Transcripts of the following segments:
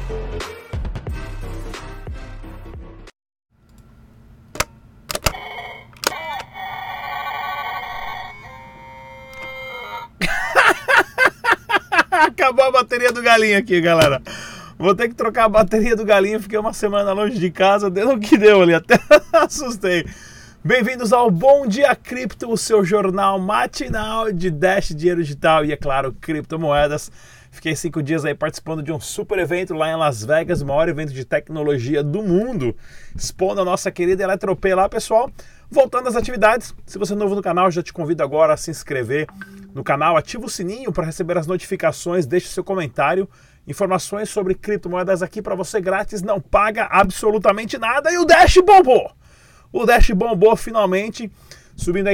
Acabou a bateria do galinho aqui, galera. Vou ter que trocar a bateria do galinho. Fiquei uma semana longe de casa, deu o que deu ali, até assustei. Bem-vindos ao Bom Dia Cripto, o seu jornal matinal de Dash, dinheiro digital e, é claro, criptomoedas. Fiquei 5 dias aí participando de um super evento lá em Las Vegas, o maior evento de tecnologia do mundo, expondo a nossa querida Eletropay lá, pessoal. Voltando às atividades, se você é novo no canal, já te convido agora a se inscrever no canal, ativa o sininho para receber as notificações, deixe seu comentário, informações sobre criptomoedas aqui para você grátis, não paga absolutamente nada. E o Dash bombou! O Dash bombou finalmente, subindo aí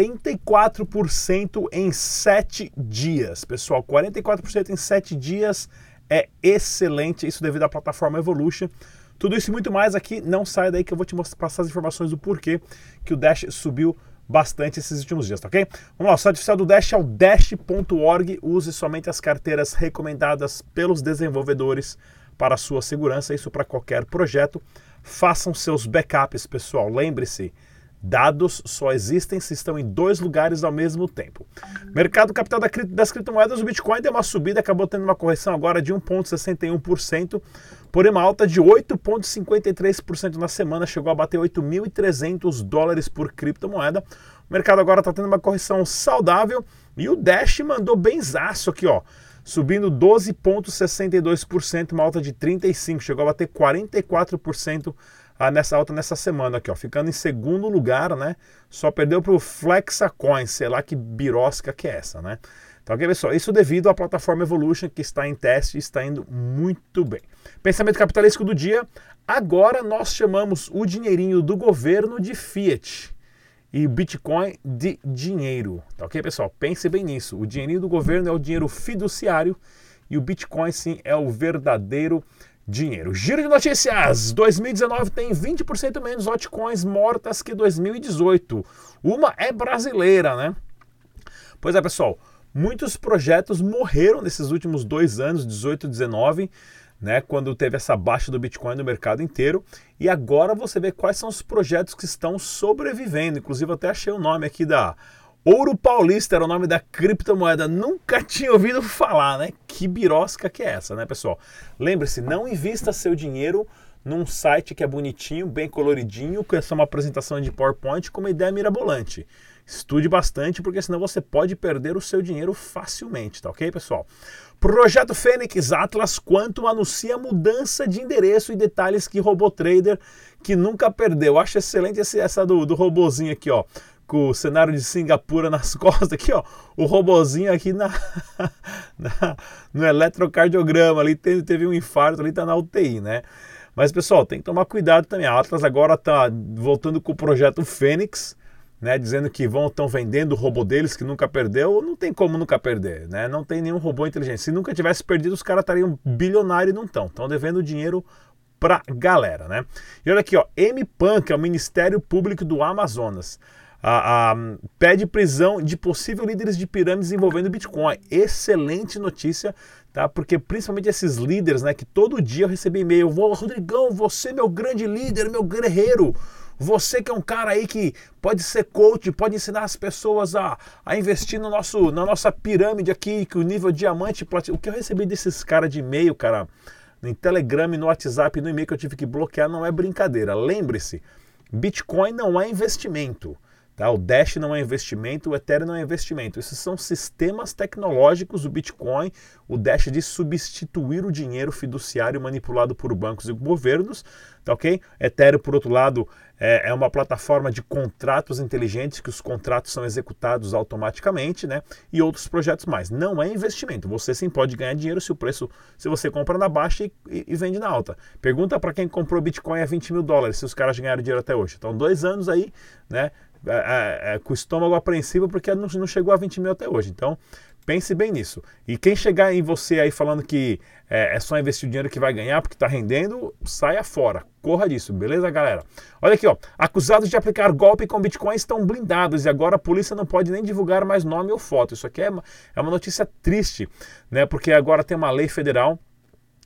44% em 7 dias. Pessoal, 44% em 7 dias é excelente, isso devido à plataforma Evolution. Tudo isso e muito mais aqui, não sai daí que eu vou te passar as informações do porquê que o Dash subiu bastante esses últimos dias, tá ok? Vamos lá, o site oficial do Dash é o dash.org, use somente as carteiras recomendadas pelos desenvolvedores para a sua segurança, isso para qualquer projeto. Façam seus backups, pessoal, lembre-se, dados só existem se estão em 2 lugares ao mesmo tempo. Mercado capital das criptomoedas, o Bitcoin deu uma subida, acabou tendo uma correção agora de 1,61%, porém uma alta de 8,53% na semana, chegou a bater $8.300 por criptomoeda. O mercado agora está tendo uma correção saudável e o Dash mandou benzaço aqui, ó, subindo 12,62%, uma alta de 35%, chegou a bater 44% nessa alta nessa semana aqui, ó, ficando em segundo lugar, né? Só perdeu para o Flexacoin, sei lá que birosca que é essa, né? Então, ok, pessoal, isso devido à plataforma Evolution que está em teste e está indo muito bem. Pensamento capitalístico do dia, agora nós chamamos o dinheirinho do governo de fiat e o Bitcoin de dinheiro, tá ok, pessoal? Pense bem nisso, o dinheirinho do governo é o dinheiro fiduciário e o Bitcoin, sim, é o verdadeiro dinheiro. Giro de notícias, 2019 tem 20% menos altcoins mortas que 2018. Uma é brasileira, né? Pois é, pessoal, muitos projetos morreram nesses últimos 2 anos, 18 e 19, né, quando teve essa baixa do Bitcoin no mercado inteiro. E agora você vê quais são os projetos que estão sobrevivendo. Inclusive, eu até achei o nome aqui da Ouro Paulista, era o nome da criptomoeda. Nunca tinha ouvido falar, né? Que birosca que é essa, né, pessoal? Lembre-se, não invista seu dinheiro num site que é bonitinho, bem coloridinho, com essa uma apresentação de PowerPoint com uma ideia mirabolante. Estude bastante, porque senão você pode perder o seu dinheiro facilmente, tá ok, pessoal? Projeto Fênix Atlas Quantum anuncia mudança de endereço e detalhes que RoboTrader, que nunca perdeu. Acho excelente essa do robozinho aqui, ó, com o cenário de Singapura nas costas aqui, ó, o robozinho aqui no eletrocardiograma, ali teve um infarto, ali tá na UTI, né? Mas, pessoal, tem que tomar cuidado também. A Atlas agora tá voltando com o projeto Fênix, né, dizendo que estão vendendo o robô deles que nunca perdeu. Não tem como nunca perder, né? Não tem nenhum robô inteligente. Se nunca tivesse perdido, os caras estariam bilionários e não estão. Estão devendo dinheiro pra galera, né? E olha aqui, ó, MPAN, que é o Ministério Público do Amazonas, pede prisão de possíveis líderes de pirâmides envolvendo Bitcoin. Excelente notícia, tá? Porque principalmente esses líderes, né, que todo dia eu recebi e-mail, Rodrigão, você meu grande líder, meu guerreiro, você que é um cara aí que pode ser coach, pode ensinar as pessoas a investir na nossa pirâmide aqui, que o nível diamante, o que eu recebi desses caras de e-mail, cara, no Telegram, no WhatsApp, no e-mail que eu tive que bloquear, não é brincadeira. Lembre-se, Bitcoin não é investimento. Tá? O Dash não é investimento, o Ethereum não é investimento. Esses são sistemas tecnológicos. O Bitcoin, o Dash de substituir o dinheiro fiduciário manipulado por bancos e governos. Tá, ok? Ethereum, por outro lado, é uma plataforma de contratos inteligentes, que os contratos são executados automaticamente, né? E outros projetos mais. Não é investimento. Você sim pode ganhar dinheiro se você compra na baixa e vende na alta. Pergunta para quem comprou Bitcoin a $20 mil, se os caras ganharam dinheiro até hoje. Então, 2 anos aí, né? Com o estômago apreensivo porque não chegou a 20 mil até hoje. Então, pense bem nisso. E quem chegar em você aí falando que é só investir o dinheiro que vai ganhar porque está rendendo, saia fora. Corra disso, beleza, galera? Olha aqui, ó. Acusados de aplicar golpe com Bitcoin estão blindados e agora a polícia não pode nem divulgar mais nome ou foto. Isso aqui é uma notícia triste, né? Porque agora tem uma lei federal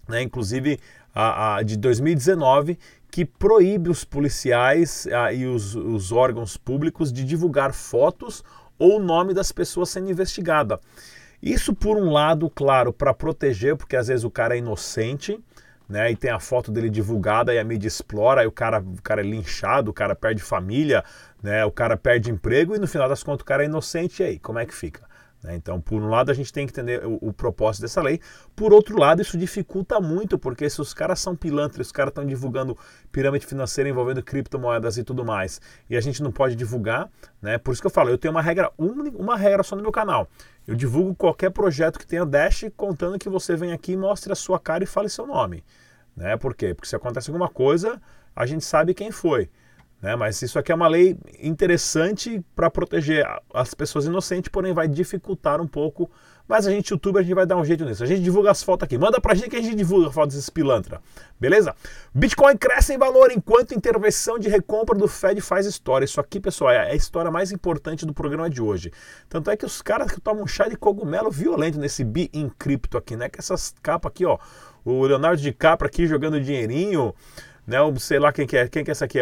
né, inclusive de 2019, que proíbe os policiais e os órgãos públicos de divulgar fotos ou o nome das pessoas sendo investigadas. Isso, por um lado, claro, para proteger, porque às vezes o cara é inocente, né, e tem a foto dele divulgada e a mídia explora, aí o cara é linchado, o cara perde família, né, o cara perde emprego e no final das contas o cara é inocente, e aí, como é que fica? Então, por um lado, a gente tem que entender o propósito dessa lei. Por outro lado, isso dificulta muito, porque se os caras são pilantras, os caras estão divulgando pirâmide financeira envolvendo criptomoedas e tudo mais, e a gente não pode divulgar, né? Por isso que eu falo, eu tenho uma regra só no meu canal. Eu divulgo qualquer projeto que tenha Dash, contando que você vem aqui, mostre a sua cara e fale seu nome. Né? Por quê? Porque se acontece alguma coisa, a gente sabe quem foi. Né? Mas isso aqui é uma lei interessante para proteger as pessoas inocentes, porém vai dificultar um pouco. Mas a gente, youtuber, a gente vai dar um jeito nisso. A gente divulga as fotos aqui. Manda pra gente que a gente divulga a foto desses pilantra. Beleza? Bitcoin cresce em valor enquanto intervenção de recompra do Fed faz história. Isso aqui, pessoal, é a história mais importante do programa de hoje. Tanto é que os caras que tomam um chá de cogumelo violento nesse Be in Crypto aqui, né? Que essas capas aqui, ó. O Leonardo DiCaprio aqui jogando dinheirinho, né? O, sei lá quem que é. Quem que é essa aqui? É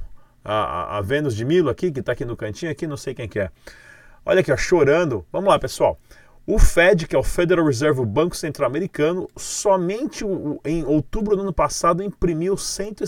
a Vênus de Milo aqui, que tá aqui no cantinho aqui, não sei quem que é. Olha aqui, ó, chorando. Vamos lá, pessoal. O Fed, que é o Federal Reserve, o Banco Central Americano, somente em outubro do ano passado imprimiu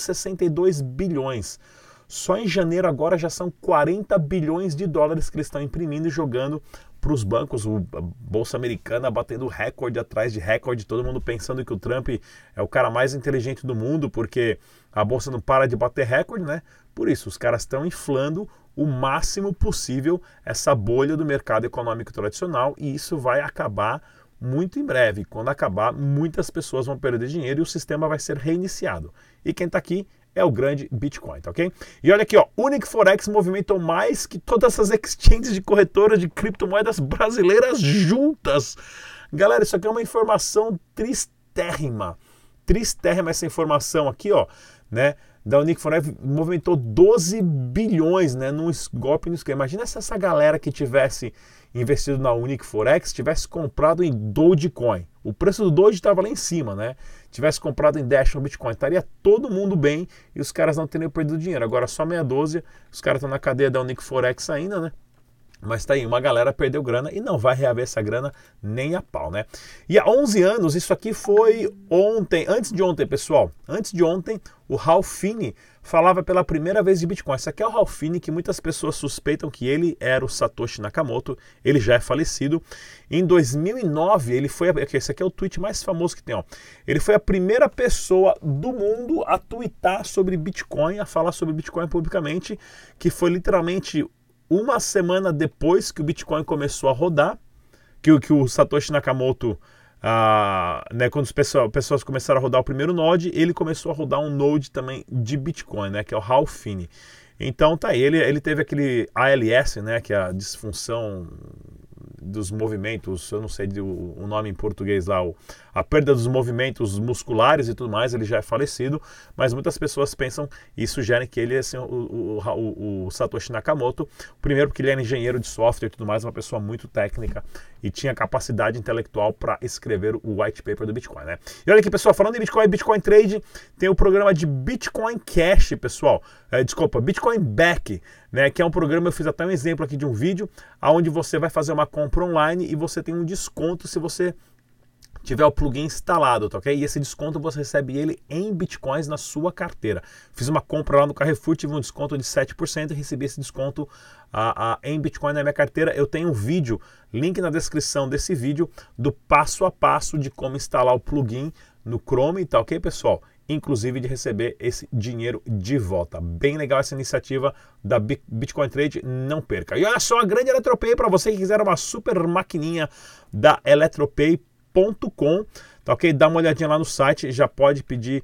162 bilhões. Só em janeiro agora já são 40 bilhões de dólares que eles estão imprimindo e jogando para os bancos. A Bolsa Americana batendo recorde atrás de recorde, todo mundo pensando que o Trump é o cara mais inteligente do mundo, porque a Bolsa não para de bater recorde, né? Por isso, os caras estão inflando o máximo possível essa bolha do mercado econômico tradicional, e isso vai acabar muito em breve. Quando acabar, muitas pessoas vão perder dinheiro e o sistema vai ser reiniciado. E quem está aqui é o grande Bitcoin, tá ok? E olha aqui, ó, Unic Forex movimentou mais que todas essas exchanges de corretoras de criptomoedas brasileiras juntas. Galera, isso aqui é uma informação tristérrima. Tristérrima essa informação aqui, ó, né? Da Unic Forex movimentou 12 bilhões, né, num golpe no esquema. Imagina se essa galera que tivesse investido na Unic Forex tivesse comprado em Dogecoin. O preço do Doge estava lá em cima, né? Tivesse comprado em Dash ou Bitcoin, estaria todo mundo bem e os caras não teriam perdido dinheiro. Agora só meia dúzia, os caras estão na cadeia da Unic Forex ainda, né? Mas tá aí, uma galera perdeu grana e não vai reaver essa grana nem a pau, né? E há 11 anos, isso aqui foi ontem, antes de ontem, pessoal. Antes de ontem, o Ralph Finney falava pela primeira vez de Bitcoin. Esse aqui é o Ralph Finney, que muitas pessoas suspeitam que ele era o Satoshi Nakamoto. Ele já é falecido. Em 2009, ele foi... Esse aqui é o tweet mais famoso que tem, ó. Ele foi a primeira pessoa do mundo a tweetar sobre Bitcoin, a falar sobre Bitcoin publicamente, que foi literalmente uma semana depois que o Bitcoin começou a rodar, que o Satoshi Nakamoto, né, quando as pessoas começaram a rodar o primeiro node, ele começou a rodar um node também de Bitcoin, né, que é o Ralph Finney. Então tá aí, ele teve aquele ALS, né, que é a disfunção dos movimentos, eu não sei o nome em português lá, a perda dos movimentos musculares e tudo mais, ele já é falecido, mas muitas pessoas pensam e sugerem que ele é assim, o Satoshi Nakamoto, primeiro porque ele era engenheiro de software e tudo mais, uma pessoa muito técnica e tinha capacidade intelectual para escrever o white paper do Bitcoin, né? E olha aqui, pessoal, falando em Bitcoin, Bitcoin Trade, tem o programa de Bitcoin Cash, pessoal, desculpa, Bitcoin Back, né, que é um programa, eu fiz até um exemplo aqui de um vídeo, onde você vai fazer uma compra online e você tem um desconto se você tiver o plugin instalado, tá ok? E esse desconto você recebe ele em Bitcoins na sua carteira. Fiz uma compra lá no Carrefour, tive um desconto de 7% e recebi esse desconto em Bitcoin na minha carteira. Eu tenho um vídeo, link na descrição desse vídeo, do passo a passo de como instalar o plugin no Chrome, tá ok, pessoal? Inclusive de receber esse dinheiro de volta. Bem legal essa iniciativa da Bitcoin Trade, não perca. E olha só, a grande Eletropay, para você que quiser uma super maquininha da Eletropay.com, tá ok? Dá uma olhadinha lá no site, já pode pedir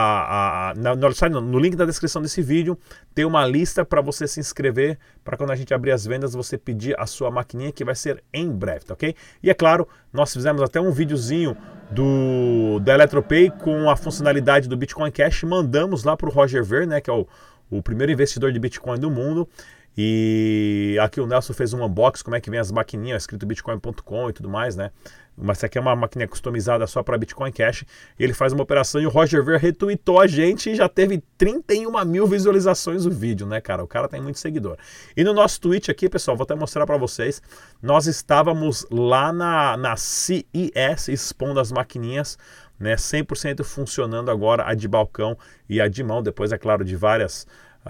no link da descrição desse vídeo, tem uma lista para você se inscrever, para quando a gente abrir as vendas, você pedir a sua maquininha, que vai ser em breve, tá ok? E é claro, nós fizemos até um videozinho da Eletropay com a funcionalidade do Bitcoin Cash, mandamos lá para o Roger Ver, né, que é o primeiro investidor de Bitcoin do mundo, E aqui o Nelson fez um unboxing, como é que vem as maquininhas, escrito bitcoin.com e tudo mais, né? Mas essa aqui é uma maquininha customizada só para Bitcoin Cash. Ele faz uma operação e o Roger Ver retweetou a gente e já teve 31 mil visualizações o vídeo, né, cara? O cara tem muito seguidor. E no nosso tweet aqui, pessoal, vou até mostrar para vocês, nós estávamos lá na CES expondo as maquininhas, né, 100% funcionando agora, a de balcão e a de mão, depois, é claro, de vários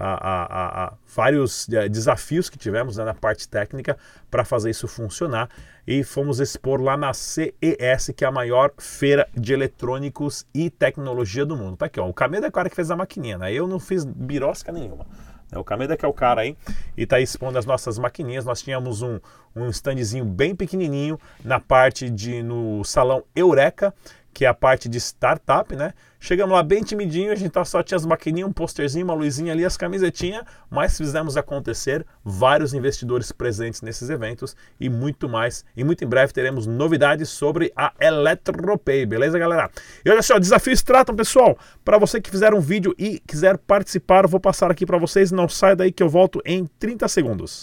desafios que tivemos, né, na parte técnica para fazer isso funcionar, e fomos expor lá na CES, que é a maior feira de eletrônicos e tecnologia do mundo. Tá aqui, ó, o Kameda é o cara que fez a maquininha, né? Eu não fiz birosca nenhuma. O Kameda que é o cara aí e tá expondo as nossas maquininhas. Nós tínhamos um standzinho bem pequenininho no salão Eureka, que é a parte de startup, né? Chegamos lá bem timidinho, a gente só tinha as maquininhas, um posterzinho, uma luzinha ali, as camisetinhas, mas fizemos acontecer, vários investidores presentes nesses eventos e muito mais. E muito em breve teremos novidades sobre a ElectroPay, beleza, galera? E olha só, desafio Stratum, pessoal, para você que fizer um vídeo e quiser participar, eu vou passar aqui para vocês, não sai daí que eu volto em 30 segundos.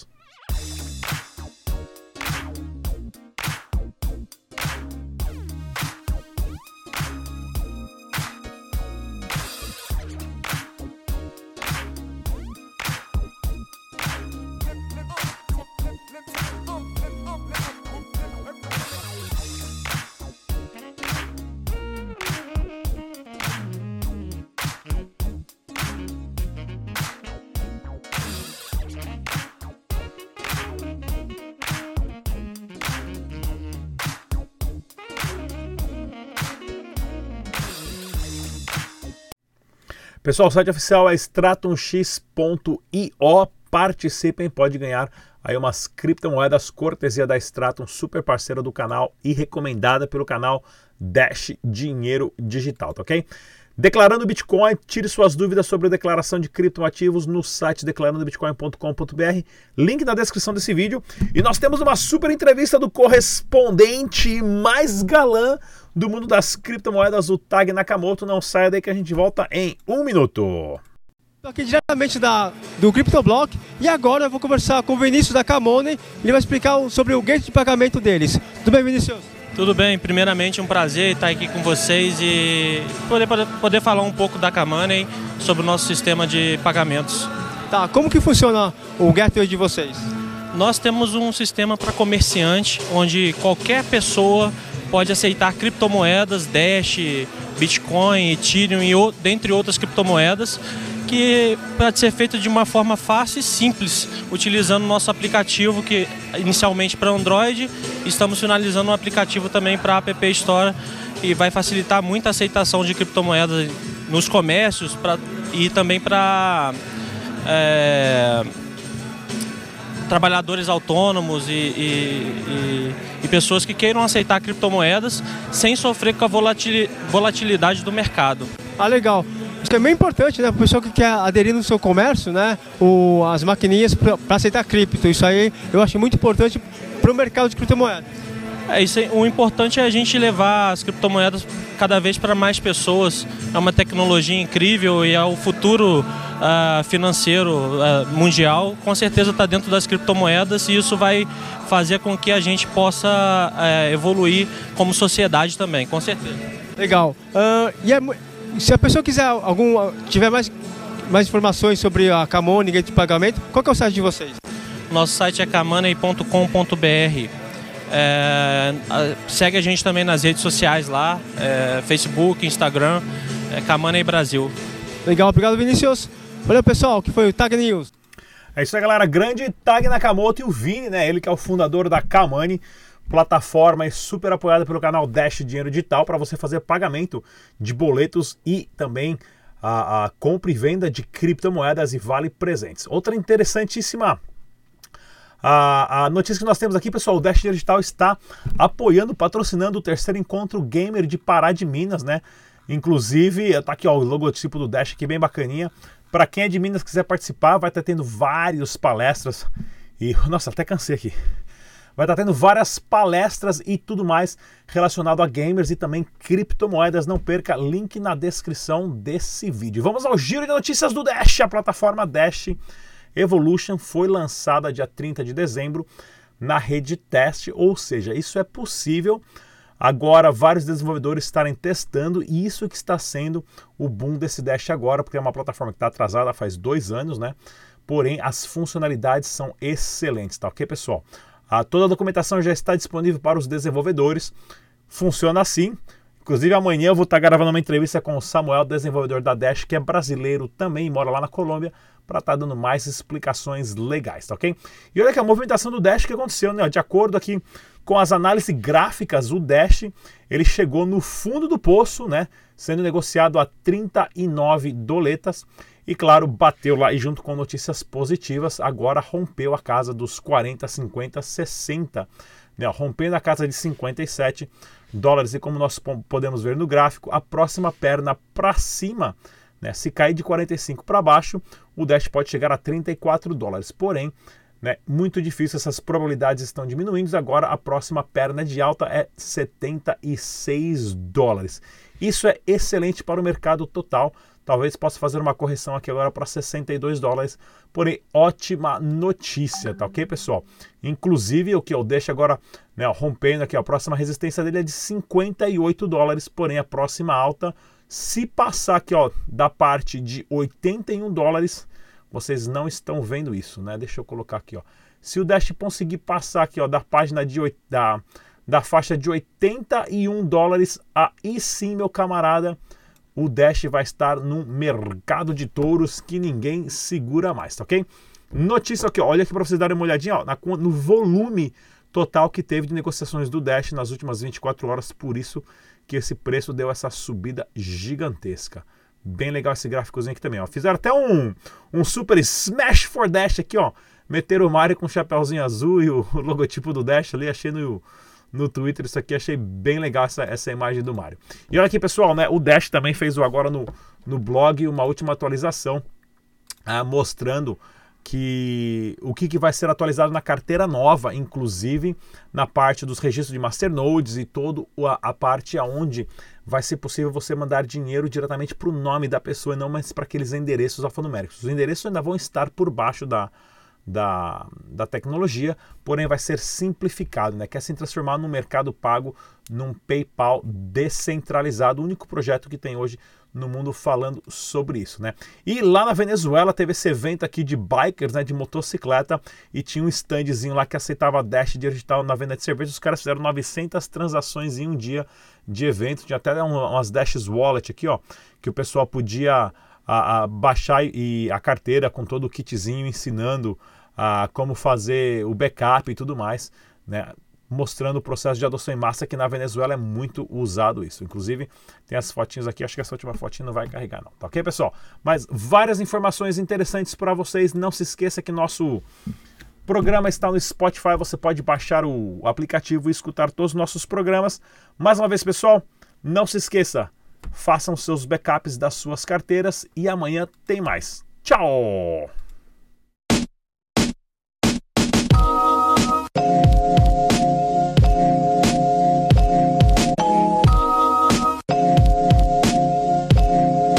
Pessoal, o site oficial é stratumx.io. Participem, pode ganhar aí umas criptomoedas, cortesia da Stratum, super parceira do canal e recomendada pelo canal Dash Dinheiro Digital, tá ok? Declarando Bitcoin, tire suas dúvidas sobre a declaração de criptoativos no site declarandobitcoin.com.br, link na descrição desse vídeo. E nós temos uma super entrevista do correspondente mais galã do mundo das criptomoedas, o Tag Nakamoto. Não saia daí que a gente volta em 1 minuto. Estou aqui diretamente do CryptoBlock e agora eu vou conversar com o Vinícius da K-Money. Ele vai explicar sobre o gateway de pagamento deles. Tudo bem, Vinícius? Tudo bem, primeiramente um prazer estar aqui com vocês e poder falar um pouco da K-Money sobre o nosso sistema de pagamentos. Tá, como que funciona o gateway de vocês? Nós temos um sistema para comerciante, onde qualquer pessoa pode aceitar criptomoedas, Dash, Bitcoin, Ethereum e dentre outras criptomoedas, que pode ser feito de uma forma fácil e simples, utilizando o nosso aplicativo, que inicialmente para Android, estamos finalizando um aplicativo também para a App Store, e vai facilitar muito a aceitação de criptomoedas nos comércios e também para trabalhadores autônomos e pessoas que queiram aceitar criptomoedas sem sofrer com a volatilidade do mercado. Ah, legal. Isso é bem importante, né? Para o pessoal que quer aderir no seu comércio, né? As maquininhas para aceitar cripto. Isso aí eu acho muito importante para o mercado de criptomoedas. O importante é a gente levar as criptomoedas cada vez para mais pessoas. É uma tecnologia incrível e é o futuro financeiro mundial. Com certeza está dentro das criptomoedas, e isso vai fazer com que a gente possa evoluir como sociedade também, com certeza. Legal. Se a pessoa quiser tiver mais informações sobre a K-Money, gateway de pagamento, qual que é o site de vocês? Nosso site é kmoney.com.br. Segue a gente também nas redes sociais lá, Facebook, Instagram, K-Money Brasil. Legal, obrigado, Vinícius. Valeu, pessoal, que foi o Tag News. É isso aí, galera. Grande Tag Nakamoto e o Vini, né? Ele que é o fundador da K-Money, plataforma super apoiada pelo canal Dash Dinheiro Digital para você fazer pagamento de boletos e também a compra e venda de criptomoedas e vale presentes. Outra interessantíssima a notícia que nós temos aqui, pessoal: o Dash Dinheiro Digital está apoiando, patrocinando o terceiro encontro gamer de Pará de Minas, né? Inclusive, tá aqui ó, o logotipo do Dash aqui bem bacaninha. Para quem é de Minas quiser participar, vai estar tendo várias palestras e, nossa, até cansei aqui. Vai estar tendo várias palestras e tudo mais relacionado a gamers e também criptomoedas. Não perca, link na descrição desse vídeo. Vamos ao giro de notícias do Dash. A plataforma Dash Evolution foi lançada dia 30 de dezembro na rede teste, ou seja, isso é possível agora vários desenvolvedores estarem testando, e isso que está sendo o boom desse Dash agora, porque é uma plataforma que está atrasada faz 2 anos, né? Porém, as funcionalidades são excelentes, tá ok, pessoal? Toda a documentação já está disponível para os desenvolvedores, funciona assim. Inclusive, amanhã eu vou estar gravando uma entrevista com o Samuel, desenvolvedor da Dash, que é brasileiro também, mora lá na Colômbia, para estar dando mais explicações legais, tá ok? E olha que a movimentação do Dash que aconteceu, né? De acordo aqui com as análises gráficas, o Dash, ele chegou no fundo do poço, né? Sendo negociado a 39 doletas. E claro, bateu lá e junto com notícias positivas, agora rompeu a casa dos 40, 50, 60, né? Rompendo a casa de 57 dólares. E como nós podemos ver no gráfico, a próxima perna para cima, né? Se cair de 45 para baixo, o Dash pode chegar a 34 dólares. Porém, né, muito difícil, essas probabilidades estão diminuindo. Agora a próxima perna de alta é 76 dólares. Isso é excelente para o mercado total. Talvez possa fazer uma correção aqui agora para 62 dólares. Porém, ótima notícia, tá ok, pessoal? Inclusive, o que eu deixo agora, né, rompendo aqui, a próxima resistência dele é de 58 dólares. Porém, a próxima alta, se passar aqui, ó, da parte de 81 dólares, vocês não estão vendo isso, né? Deixa eu colocar aqui, ó. Se o Dash conseguir passar aqui, ó, da página de da faixa de 81 dólares, aí sim, meu camarada, o Dash vai estar num mercado de touros que ninguém segura mais, tá ok? Notícia aqui, ó, olha aqui para vocês darem uma olhadinha, ó, no volume total que teve de negociações do Dash nas últimas 24 horas, por isso que esse preço deu essa subida gigantesca. Bem legal esse gráficozinho aqui também, ó. Fizeram até um super Smash for Dash aqui, ó. Meteram o Mario com um chapéuzinho azul e o logotipo do Dash ali, achei no Twitter, isso aqui, achei bem legal essa imagem do Mario. E olha aqui, pessoal, né, o Dash também fez agora no blog uma última atualização, mostrando o que vai ser atualizado na carteira nova, inclusive na parte dos registros de masternodes e toda a parte aonde vai ser possível você mandar dinheiro diretamente para o nome da pessoa e não mais para aqueles endereços alfanuméricos. Os endereços ainda vão estar por baixo da tecnologia, porém vai ser simplificado, né? Quer se transformar no mercado pago, num PayPal descentralizado, o único projeto que tem hoje no mundo falando sobre isso, né? E lá na Venezuela teve esse evento aqui de bikers, né, de motocicleta, e tinha um standzinho lá que aceitava Dash digital na venda de cerveja. Os caras fizeram 900 transações em um dia de evento. Tinha até umas Dashes Wallet aqui, ó, que o pessoal podia baixar a carteira com todo o kitzinho ensinando como fazer o backup e tudo mais, né? Mostrando o processo de adoção em massa, que na Venezuela é muito usado isso. Inclusive, tem as fotinhas aqui, acho que essa última fotinha não vai carregar não, tá ok, pessoal? Mas várias informações interessantes para vocês. Não se esqueça que nosso programa está no Spotify, você pode baixar o aplicativo e escutar todos os nossos programas. Mais uma vez, pessoal, não se esqueça, façam seus backups das suas carteiras e amanhã tem mais. Tchau!